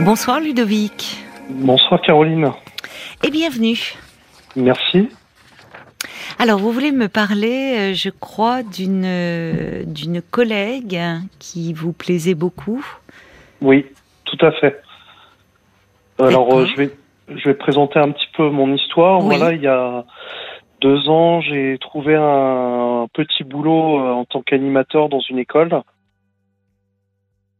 Bonsoir Ludovic. Bonsoir Caroline. Et bienvenue. Merci. Alors vous voulez me parler, je crois, d'une collègue qui vous plaisait beaucoup. Oui, tout à fait. Alors D'accord. je vais présenter un petit peu mon histoire. Oui. Voilà, il y a 2 ans, j'ai trouvé un petit boulot en tant qu'animateur dans une école. Allô ?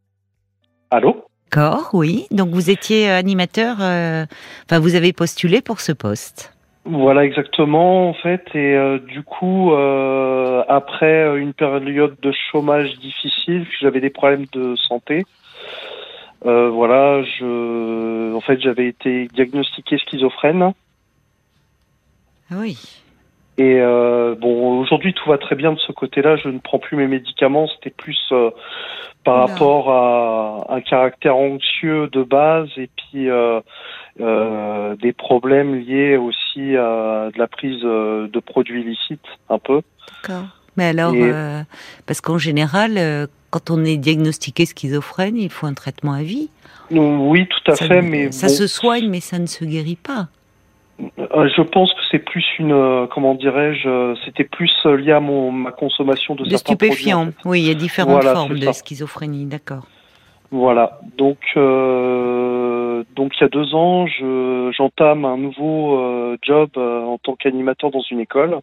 D'accord, oui. Donc vous étiez animateur, vous avez postulé pour ce poste. Voilà, exactement, en fait. Et du coup, après une période de chômage difficile, j'avais des problèmes de santé. Voilà, en fait, j'avais été diagnostiqué schizophrène. Ah oui. Et bon, aujourd'hui tout va très bien de ce côté-là. Je ne prends plus mes médicaments. C'était plus par Oula. rapport à un caractère anxieux de base et puis des problèmes liés aussi à de la prise de produits illicites, un peu. D'accord. Mais alors, Et parce qu'en général, quand on est diagnostiqué schizophrène, il faut un traitement à vie. oui, tout à fait, mais Ça bon, se soigne, mais ça ne se guérit pas. je pense que c'est plus une, comment dirais-je, c'était plus lié à ma consommation de De certains produits, en stupéfiants. fait. Oui, il y a différentes Voilà, formes c'est de ça. schizophrénie, d'accord. Voilà. Donc il y a 2 ans, j'entame un nouveau job en tant qu'animateur dans une école.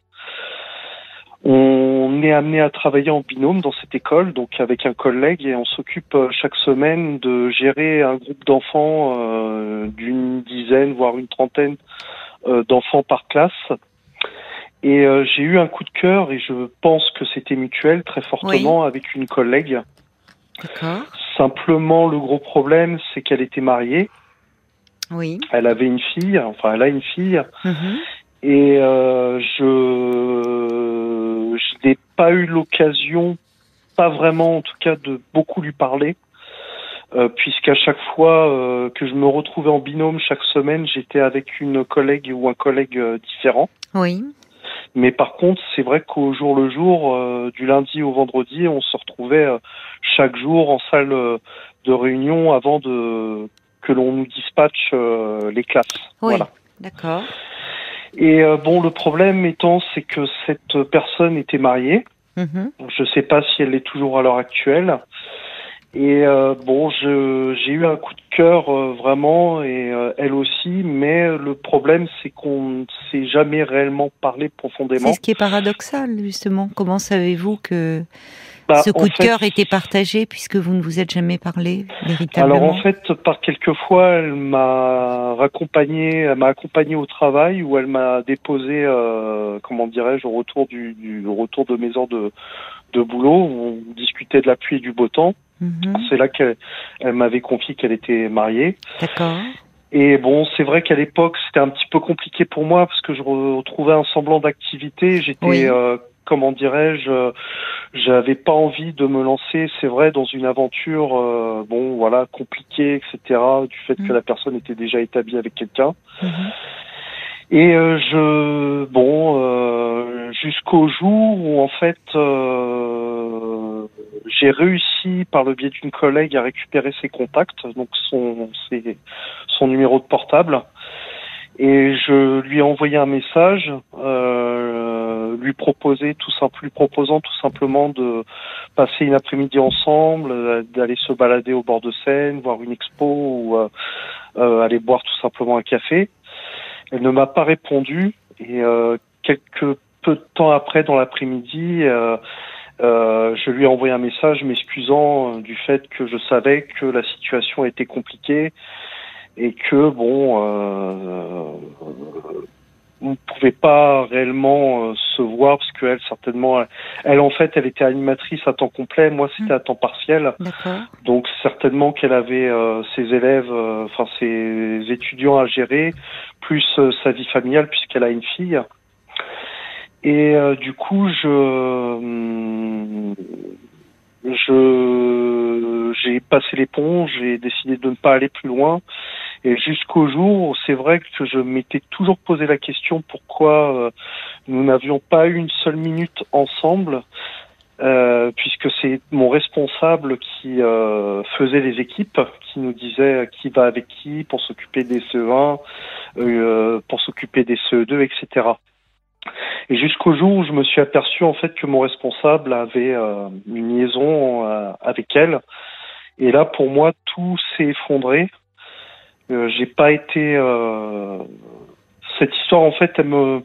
On est amené à travailler en binôme dans cette école, donc avec un collègue, et on s'occupe chaque semaine de gérer un groupe d'enfants d'une dizaine, voire une trentaine d'enfants par classe. Et j'ai eu un coup de cœur, et je pense que c'était mutuel très Oui, fortement avec une collègue. d'accord. Simplement, le gros problème, c'est qu'elle était mariée. Oui. Elle avait une fille, enfin elle a une fille, Mhm. et je n'ai pas eu l'occasion, pas vraiment en tout cas, de beaucoup lui parler, puisqu'à chaque fois que je me retrouvais en binôme chaque semaine, j'étais avec une collègue ou un collègue différent. Oui. Mais par contre, c'est vrai qu'au jour le jour, du lundi au vendredi, on se retrouvait chaque jour en salle de réunion avant que l'on nous dispatche les classes. Oui. Voilà. D'accord. Et bon, le problème étant, c'est que cette personne était mariée. Mhm. Je ne sais pas si elle l'est toujours à l'heure actuelle. Et bon, j'ai eu un coup de cœur vraiment, et elle aussi. Mais le problème, c'est qu'on ne s'est jamais réellement parlé C'est profondément. ce qui est paradoxal, justement. Comment savez-vous que Bah, ce en coup de fait, cœur était partagé puisque vous ne vous êtes jamais parlé alors en véritablement? fait, par quelques fois, elle m'a accompagné au travail, où elle m'a déposé, comment dirais-je, au retour de mes heures de boulot, où on discutait de la pluie et du beau temps. Mhm. C'est là elle m'avait confié qu'elle était mariée. D'accord. Et bon, c'est vrai qu'à l'époque, c'était un petit peu compliqué pour moi parce que je retrouvais un semblant d'activité. J'étais, Oui. comment dirais-je, j'avais pas envie de me lancer, c'est vrai, dans une aventure, bon, voilà, compliquée, etc. Du fait que Mhm. la personne était déjà établie avec quelqu'un. Mhm. Et jusqu'au jour où en fait j'ai réussi par le biais d'une collègue à récupérer ses contacts, donc son numéro de portable, et je lui ai envoyé un message lui proposant tout simplement de passer une après-midi ensemble, d'aller se balader au bord de Seine, voir une expo ou aller boire tout simplement un café. Elle ne m'a pas répondu, et quelques peu de temps après, dans l'après-midi, je lui ai envoyé un message m'excusant du fait que je savais que la situation était compliquée et que bon, on ne pouvait pas réellement se voir parce qu'elle, certainement, elle en fait, elle était animatrice à temps complet, moi c'était Mhm. à temps partiel. D'accord. Donc certainement qu'elle avait ses élèves, ses étudiants à gérer, plus sa vie familiale puisqu'elle a une fille. Et du coup, j'ai passé l'éponge, j'ai décidé de ne pas aller plus loin. Et jusqu'au jour où c'est vrai que je m'étais toujours posé la question pourquoi nous n'avions pas eu une seule minute ensemble. Puisque c'est mon responsable qui faisait les équipes, qui qui nous disait qui va avec qui pour s'occuper des CE1, pour s'occuper des CE2, etc. Et jusqu'au jour où je me suis aperçu en fait que mon responsable avait une liaison avec elle. Et là, pour moi, tout s'est effondré. J'ai pas été. Cette histoire, en fait,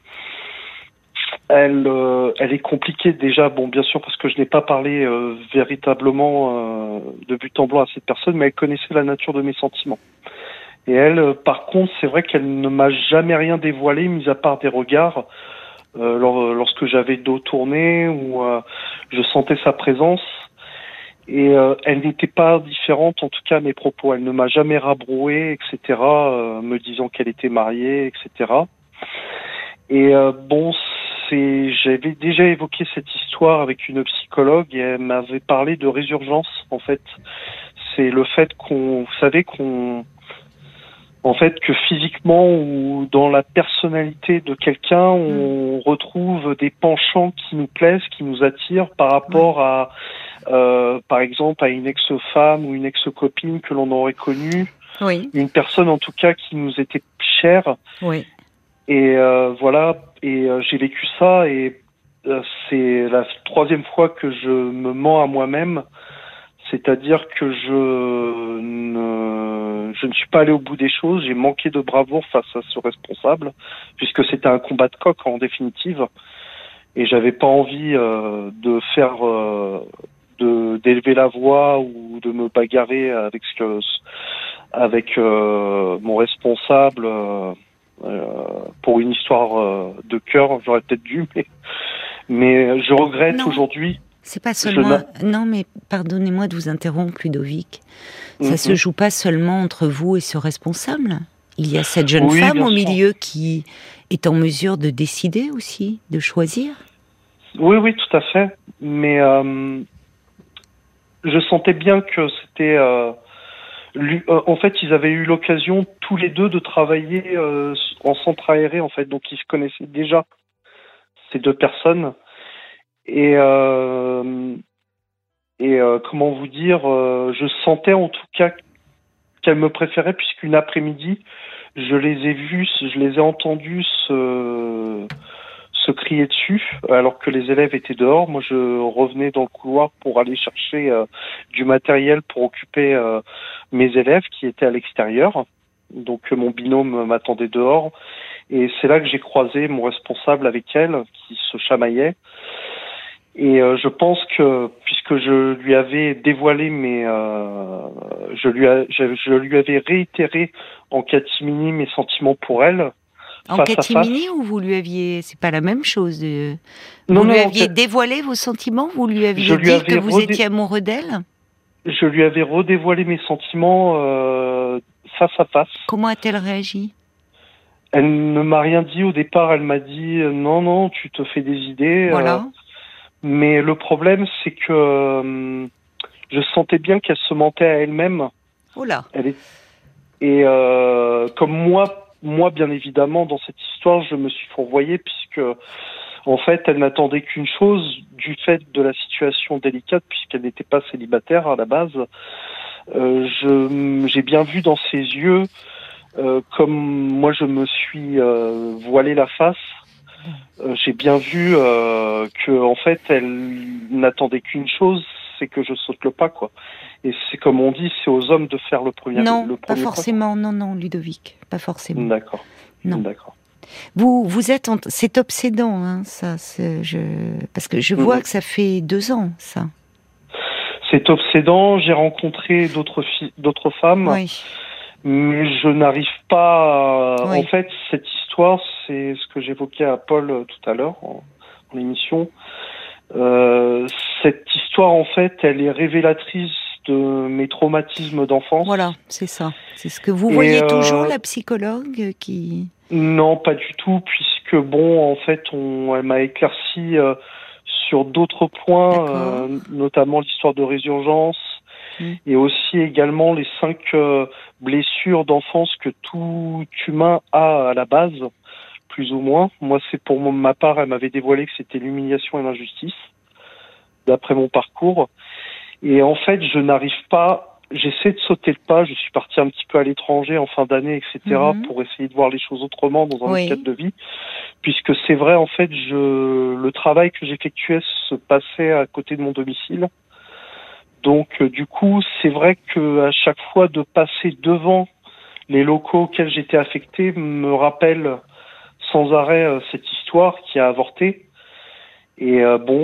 elle est compliquée déjà. Bon, bien sûr, parce que je n'ai pas parlé véritablement de but en blanc à cette personne, mais elle connaissait la nature de mes sentiments. Et elle, par contre, c'est vrai qu'elle ne m'a jamais rien dévoilé, mis à part des regards. Lorsque j'avais le dos tourné ou je sentais sa présence. Et elle n'était pas différente, en tout cas à mes propos. Elle ne m'a jamais rabroué, etc., me disant qu'elle était mariée, etc. Et bon, j'avais déjà évoqué cette histoire avec une psychologue et elle m'avait parlé de résurgence, en fait. C'est le fait vous savez, en fait, que physiquement ou dans la personnalité de quelqu'un, on retrouve des penchants qui nous plaisent, qui nous attirent par rapport à, par exemple, à une ex-femme ou une ex-copine que l'on aurait connue. Oui. Une personne, en tout cas, qui nous était chère. Oui. Et voilà, et j'ai vécu ça et c'est la troisième fois que je me mens à moi-même. C'est-à-dire que je ne suis pas allé au bout des choses, j'ai manqué de bravoure face à ce responsable, puisque c'était un combat de coq en définitive, et j'avais pas envie de faire, d'élever la voix ou de me bagarrer avec mon responsable pour une histoire de cœur. J'aurais peut-être dû, mais je regrette aujourd'hui. C'est pas seulement. Non, mais pardonnez-moi de vous interrompre, Ludovic. Ça se joue pas seulement entre vous et ce responsable. Il y a cette jeune femme au milieu qui est en mesure de décider aussi, de choisir. Oui, tout à fait. Mais je sentais bien que c'était. En fait, ils avaient eu l'occasion tous les deux de travailler en centre aéré, en fait, donc ils se connaissaient déjà, ces deux personnes. Et comment vous dire, je sentais en tout cas qu'elle me préférait, puisqu'une après-midi, je les ai vus, je les ai entendus se crier dessus, alors que les élèves étaient dehors. Moi, je revenais dans le couloir pour aller chercher du matériel pour occuper mes élèves qui étaient à l'extérieur. Donc, mon binôme m'attendait dehors. Et c'est là que j'ai croisé mon responsable avec elle, qui se chamaillait. Et je pense que, puisque je lui avais dévoilé je lui avais réitéré en catimini mes sentiments pour elle. En catimini, ou vous lui aviez, c'est pas la même chose. Vous lui aviez dévoilé vos sentiments, vous lui aviez dit que vous étiez amoureux d'elle. Je lui avais redévoilé mes sentiments face à face. Comment a-t-elle réagi? Elle ne m'a rien dit au départ. Elle m'a dit non, tu te fais des idées. Voilà. Mais le problème, c'est que je sentais bien qu'elle se mentait à elle-même. Oh là. Et comme moi, bien évidemment, dans cette histoire, je me suis fourvoyé, puisque, en fait, elle n'attendait qu'une chose, du fait de la situation délicate, puisqu'elle n'était pas célibataire à la base. J'ai bien vu dans ses yeux, comme moi je me suis voilé la face, j'ai bien vu que, en fait, elle n'attendait qu'une chose, c'est que je saute le pas, quoi. Et c'est comme on dit, c'est aux hommes de faire le premier. Non, pas forcément. Non, Ludovic, pas forcément. D'accord. Non. D'accord. Vous êtes, c'est obsédant, hein, ça. Parce que je vois que ça fait 2 ans, ça. C'est obsédant. J'ai rencontré d'autres femmes. Oui. Mais je n'arrive pas. Oui. En fait, cette histoire, c'est ce que j'évoquais à Paul tout à l'heure en émission. Cette histoire, en fait, elle est révélatrice de mes traumatismes d'enfance. Voilà, c'est ça. C'est ce que vous voyez toujours, la psychologue qui... Non, pas du tout, puisque bon, en fait, elle m'a éclairci sur d'autres points, notamment l'histoire de résurgence. Et aussi également les 5 blessures d'enfance que tout humain a à la base, plus ou moins. Moi, c'est pour ma part, elle m'avait dévoilé que c'était l'humiliation et l'injustice, d'après mon parcours. Et en fait, je n'arrive pas j'essaie de sauter le pas. Je suis parti un petit peu à l'étranger en fin d'année, etc., pour essayer de voir les choses autrement dans un autre cadre de vie. Puisque c'est vrai, en fait, le travail que j'effectuais se passait à côté de mon domicile. Donc, du coup, c'est vrai que à chaque fois de passer devant les locaux auxquels j'étais affecté me rappelle sans arrêt cette histoire qui a avorté. Et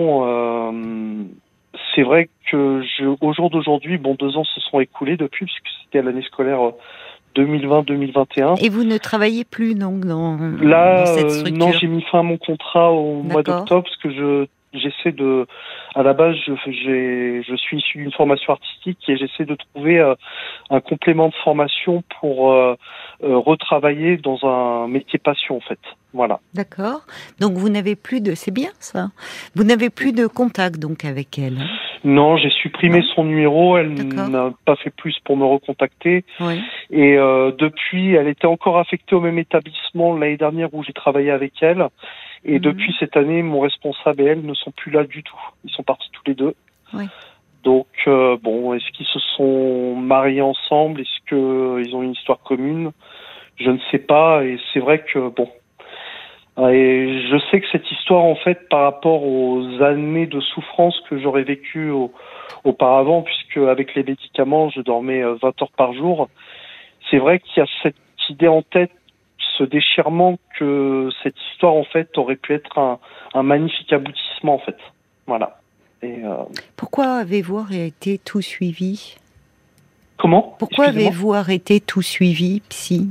c'est vrai que au jour d'aujourd'hui, 2 ans se sont écoulés depuis, puisque c'était l'année scolaire 2020-2021. Et vous ne travaillez plus donc dans cette structure? Non, j'ai mis fin à mon contrat au mois d'octobre, parce que j'essaie de, à la base, je suis issu d'une formation artistique et j'essaie de trouver un complément de formation pour retravailler dans un métier passion, en fait. Voilà. D'accord. Donc vous n'avez plus c'est bien ça. Vous n'avez plus de contact donc avec elle. Non, j'ai supprimé son numéro. Elle n'a pas fait plus pour me recontacter. Oui. Et depuis, elle était encore affectée au même étabbissement l'année dernière où j'ai travaillé avec elle. Et depuis cette année, mon responsable et elle ne sont plus là du tout. Ils sont partis tous les deux. Oui. Donc, est-ce qu'ils se sont mariés ensemble? Est-ce qu'ils ont une histoire commune? Je ne sais pas. Et c'est vrai que, et je sais que cette histoire, en fait, par rapport aux années de souffrance que j'aurais vécues auparavant, puisque avec les médicaments, je dormais 20 heures par jour, c'est vrai qu'il y a cette idée en tête, ce déchirement, que cette histoire, en fait, aurait pu être un magnifique aboutissement, en fait. Voilà. Et pourquoi avez-vous arrêté tout suivi? Comment? Pourquoi avez-vous arrêté tout suivi, psy?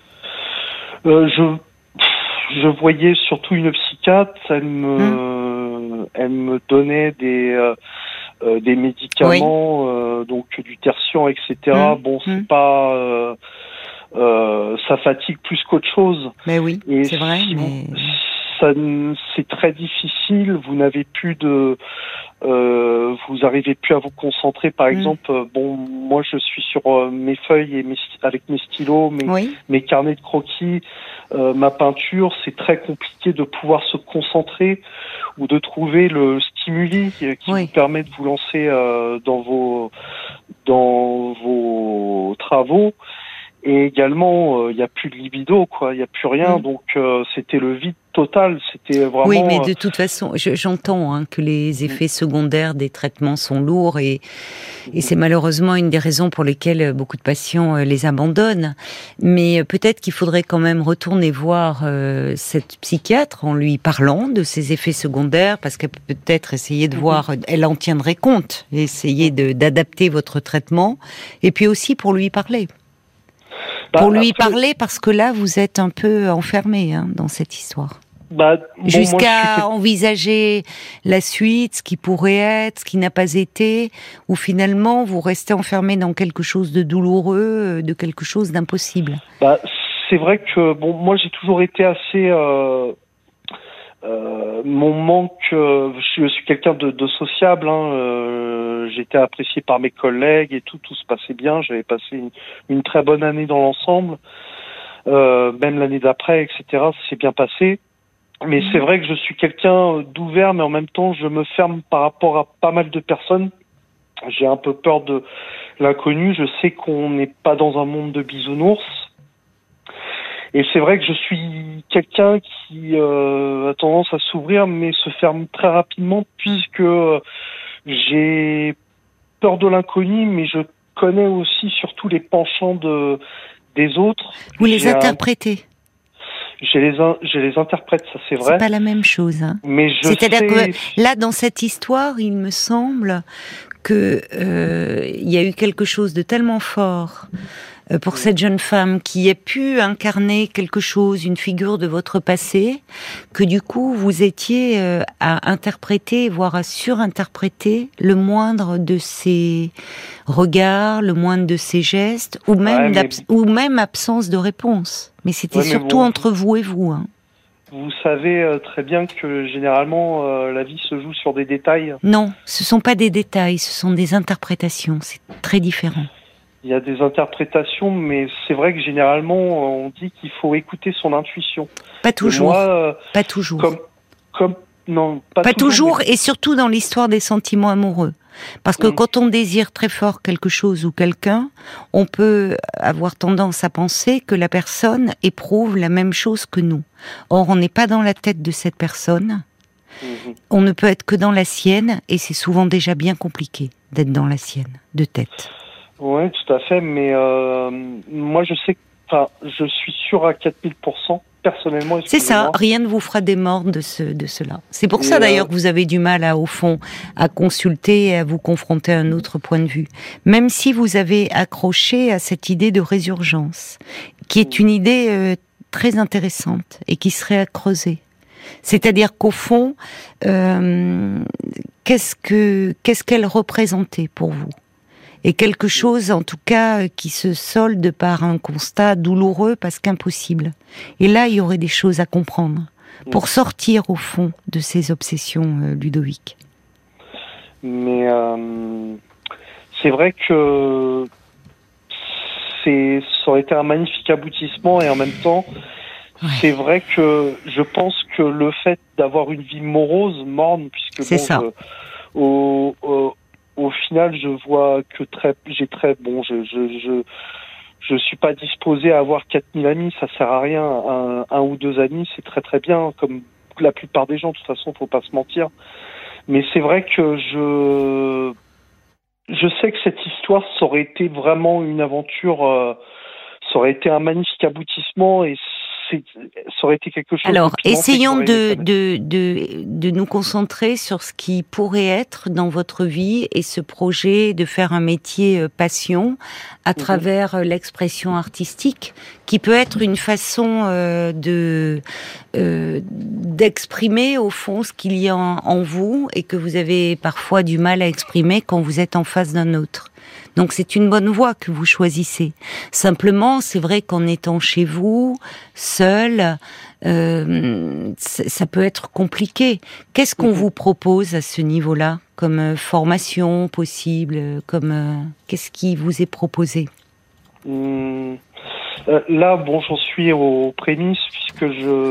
Je voyais surtout une psychiatre. Elle me donnait des médicaments, donc du tertian, etc. C'est pas, ça fatigue plus qu'autre chose. Mais oui, et c'est vrai. C'est très difficile. Vous n'avez plus vous arrivez plus à vous concentrer. Par exemple, moi je suis sur mes feuilles et avec mes stylos, mes carnets de croquis, ma peinture. C'est très compliqué de pouvoir se concentrer ou de trouver le stimuli qui vous permet de vous lancer dans vos travaux. Et également, il n'y a plus de libido, quoi. Il n'y a plus rien. Donc, c'était le vide total. C'était vraiment. Oui, mais de toute façon, j'entends que les effets secondaires des traitements sont lourds et c'est malheureusement une des raisons pour lesquelles beaucoup de patients les abandonnent. Mais peut-être qu'il faudrait quand même retourner voir cette psychiatre en lui parlant de ces effets secondaires, parce qu'elle peut peut-être essayer de voir, elle en tiendrait compte, essayer d'adapter votre traitement, et puis aussi pour lui parler. Pour lui parler, parce que là, vous êtes un peu enfermé dans cette histoire. Jusqu'à envisager la suite, ce qui pourrait être, ce qui n'a pas été, ou finalement, vous restez enfermé dans quelque chose de douloureux, de quelque chose d'impossible. C'est vrai que, moi, j'ai toujours été assez... mon manque, je suis quelqu'un de sociable, j'étais apprécié par mes collègues et tout se passait bien, j'avais passé une très bonne année dans l'ensemble, même l'année d'après, etc., ça s'est bien passé. Mais c'est vrai que je suis quelqu'un d'ouvert, mais en même temps, je me ferme par rapport à pas mal de personnes. J'ai un peu peur de l'inconnu, je sais qu'on n'est pas dans un monde de bisounours. Et c'est vrai que je suis quelqu'un qui a tendance à s'ouvrir, mais se ferme très rapidement, puisque j'ai peur de l'inconnu, mais je connais aussi surtout les penchants des autres. Vous les interprétez? Je les interprète, ça c'est vrai. C'est pas la même chose. Mais c'est-à-dire que là, dans cette histoire, il me semble que il y a eu quelque chose de tellement fort pour cette jeune femme qui a pu incarner quelque chose, une figure de votre passé, que du coup vous étiez à interpréter, voire à surinterpréter le moindre de ses regards, le moindre de ses gestes, ou même absence de réponse. Mais c'était surtout entre vous et vous. Vous savez très bien que généralement la vie se joue sur des détails. Non, ce sont pas des détails, ce sont des interprétations. C'est très différent. Il y a des interprétations, mais c'est vrai que généralement, on dit qu'il faut écouter son intuition. Pas toujours. Pas toujours. Non, pas toujours, et surtout dans l'histoire des sentiments amoureux. Parce que quand on désire très fort quelque chose ou quelqu'un, on peut avoir tendance à penser que la personne éprouve la même chose que nous. Or, on n'est pas dans la tête de cette personne. On ne peut être que dans la sienne, et c'est souvent déjà bien compliqué d'être dans la sienne, de tête. Oui, tout à fait, mais moi je sais, je suis sûr à 4000%, personnellement. C'est ça, rien ne vous fera démordre de cela. C'est pour ça d'ailleurs que vous avez du mal au fond, à consulter et à vous confronter à un autre point de vue. Même si vous avez accroché à cette idée de résurgence, qui est une idée très intéressante et qui serait à creuser. C'est-à-dire qu'au fond, qu'est-ce qu'elle représentait pour vous ? Et quelque chose, en tout cas, qui se solde par un constat douloureux parce qu'impossible. Et là, il y aurait des choses à comprendre pour sortir, au fond, de ces obsessions, Ludovic. Mais c'est vrai que ça aurait été un magnifique aboutissement, et en même temps, c'est vrai que je pense que le fait d'avoir une vie morose, morne, puisque c'est ça. Au final, je vois que je suis pas disposé à avoir 4000 amis, ça sert à rien. Un ou deux amis, c'est très très bien, comme la plupart des gens, de toute façon, faut pas se mentir. Mais c'est vrai que je sais que cette histoire, ça aurait été vraiment une aventure, ça aurait été un magnifique aboutissement, et ça aurait été quelque chose. Alors, essayons de nous concentrer sur ce qui pourrait être dans votre vie et ce projet de faire un métier passion à travers l'expression artistique, qui peut être une façon d'exprimer au fond ce qu'il y a en vous et que vous avez parfois du mal à exprimer quand vous êtes en face d'un autre. Donc c'est une bonne voie que vous choisissez. Simplement, c'est vrai qu'en étant chez vous, seul, ça peut être compliqué. Qu'est-ce qu'on vous propose à ce niveau-là, comme formation possible, qu'est-ce qui vous est proposé ? Là, j'en suis aux prémices, puisque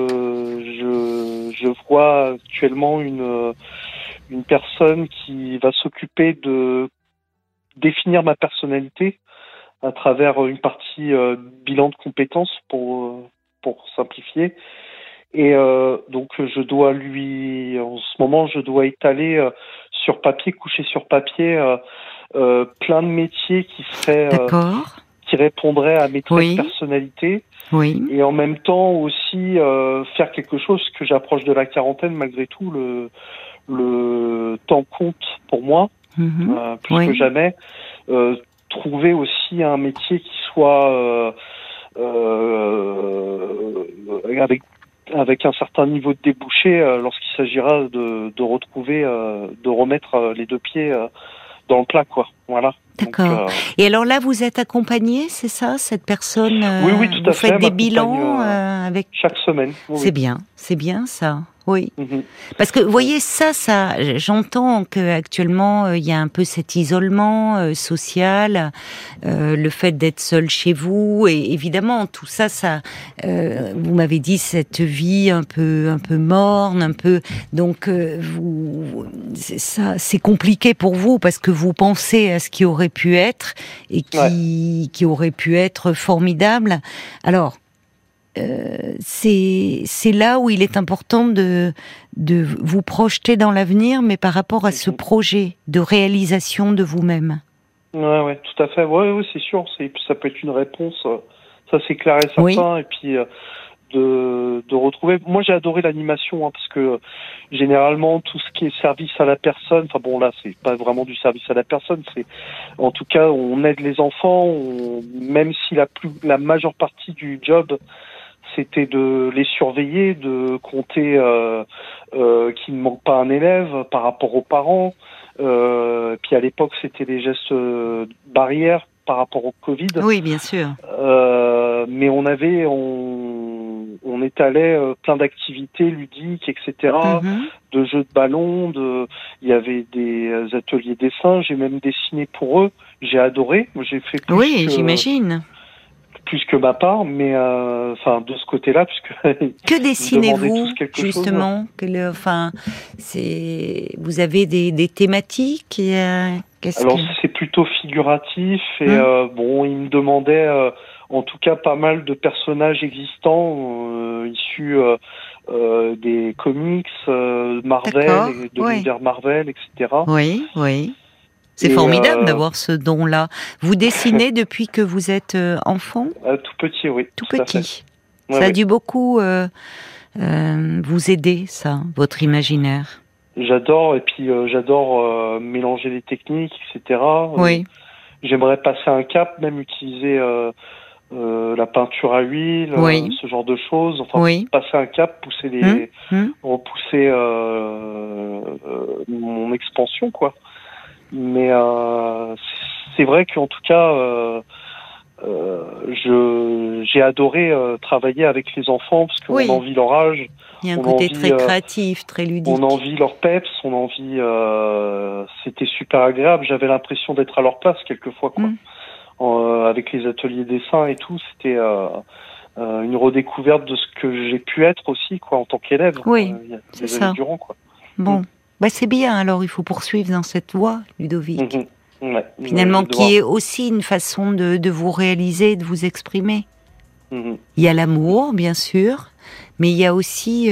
je vois actuellement une personne qui va s'occuper de définir ma personnalité à travers une partie bilan de compétences pour simplifier. Et donc en ce moment, je dois étaler sur papier, coucher sur papier plein de métiers qui seraient qui répondraient à mes traits de personnalité. Oui. Et en même temps aussi faire quelque chose, que j'approche de la quarantaine, malgré tout, le temps compte pour moi. Plus que jamais, trouver aussi un métier qui soit avec un certain niveau de débouché lorsqu'il s'agira de retrouver, de remettre les deux pieds dans le plat, quoi. Voilà. D'accord. Donc, et alors là, vous êtes accompagné, c'est ça, cette personne Oui, tout à fait. Vous faites des bilans avec chaque semaine. Oui. C'est bien ça. Oui. Parce que vous voyez ça, j'entends que actuellement il y a un peu cet isolement social, le fait d'être seul chez vous, et évidemment tout ça, vous m'avez dit cette vie un peu morne, un peu. Donc c'est compliqué pour vous parce que vous pensez à ce qui aurait pu être et qui aurait pu être formidable. Alors. C'est là où il est important de vous projeter dans l'avenir, mais par rapport à ce projet de réalisation de vous-même. Ouais, tout à fait. Ouais, c'est sûr. Ça peut être une réponse. Ça, c'est clair et certain. Oui. Et puis de retrouver. Moi, j'ai adoré l'animation, parce que généralement tout ce qui est service à la personne. Enfin bon, là, c'est pas vraiment du service à la personne. C'est, en tout cas, on aide les enfants. Même si la majeure partie du job, c'était de les surveiller, de compter qu'il ne manque pas un élève par rapport aux parents. Puis à l'époque, c'était des gestes barrières par rapport au Covid. Oui, bien sûr. Mais on étalait plein d'activités ludiques, etc., de jeux de ballon, il y avait des ateliers dessin. J'ai même dessiné pour eux. J'ai adoré. J'ai fait plus j'imagine. plus que ma part, mais enfin de ce côté-là, puisque que dessinez-vous justement vous avez des thématiques Alors c'est plutôt figuratif et bon, il me demandait en tout cas pas mal de personnages existants issus des comics Marvel, de l'univers Marvel, etc. Oui, oui. C'est formidable d'avoir ce don-là. Vous dessinez depuis que vous êtes enfant ? Tout petit, oui. Tout petit. Ça a dû beaucoup vous aider, ça, votre imaginaire. J'adore, et puis j'adore mélanger les techniques, etc. Oui. J'aimerais passer un cap, même utiliser la peinture à huile, ce genre de choses. Enfin, passer un cap, pousser repousser mon expansion, quoi. Mais c'est vrai qu'en tout cas, j'ai adoré travailler avec les enfants parce qu'on en vit leur âge. Il y a un côté très créatif, très ludique. On en vit leur peps, c'était super agréable. J'avais l'impression d'être à leur place quelquefois, quoi. Avec les ateliers dessin et tout, c'était une redécouverte de ce que j'ai pu être aussi, quoi, en tant qu'élève. Oui, c'est ça. Durant, quoi. Bon. Bah c'est bien, alors il faut poursuivre dans cette voie, Ludovic. Finalement, qui est aussi une façon de vous réaliser, de vous exprimer. Il y a l'amour, bien sûr, mais il y a aussi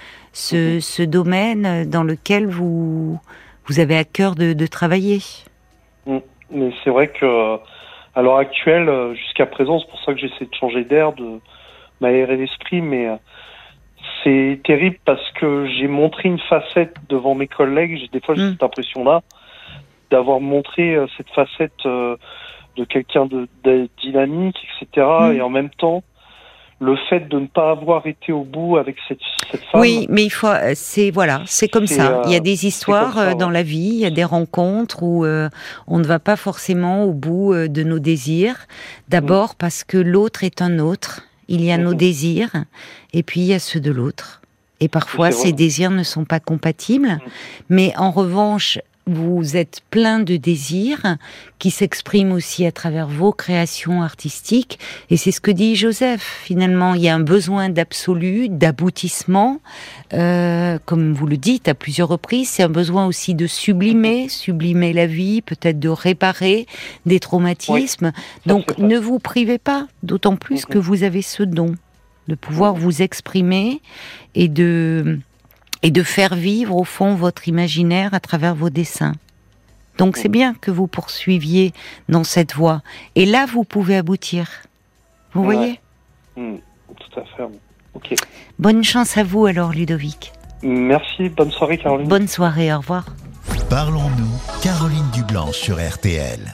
ce domaine dans lequel vous avez à cœur de travailler. Mais c'est vrai que à l'heure actuelle, jusqu'à présent, c'est pour ça que j'essaie de changer d'air, de m'aérer l'esprit, mais c'est terrible parce que j'ai montré une facette devant mes collègues. Des fois, j'ai cette impression-là d'avoir montré cette facette de quelqu'un de dynamique, etc. Et en même temps, le fait de ne pas avoir été au bout avec cette femme. Oui, mais il faut, c'est comme ça. Il y a des histoires dans la vie, il y a des rencontres où on ne va pas forcément au bout de nos désirs. D'abord parce que l'autre est un autre. Il y a nos désirs, et puis il y a ceux de l'autre. Et parfois, ces désirs ne sont pas compatibles. Mais en revanche, vous êtes plein de désirs qui s'expriment aussi à travers vos créations artistiques. Et c'est ce que dit Joseph. Finalement, il y a un besoin d'absolu, d'aboutissement. Comme vous le dites à plusieurs reprises, c'est un besoin aussi de sublimer la vie, peut-être de réparer des traumatismes. Donc, ne vous privez pas, d'autant plus que vous avez ce don de pouvoir vous exprimer et de faire vivre, au fond, votre imaginaire à travers vos dessins. Donc c'est bien que vous poursuiviez dans cette voie. Et là, vous pouvez aboutir. Vous voyez ? Tout à fait. Ok. Bonne chance à vous alors, Ludovic. Merci, bonne soirée Caroline. Bonne soirée, au revoir. Parlons-nous, Caroline Dublanche sur RTL.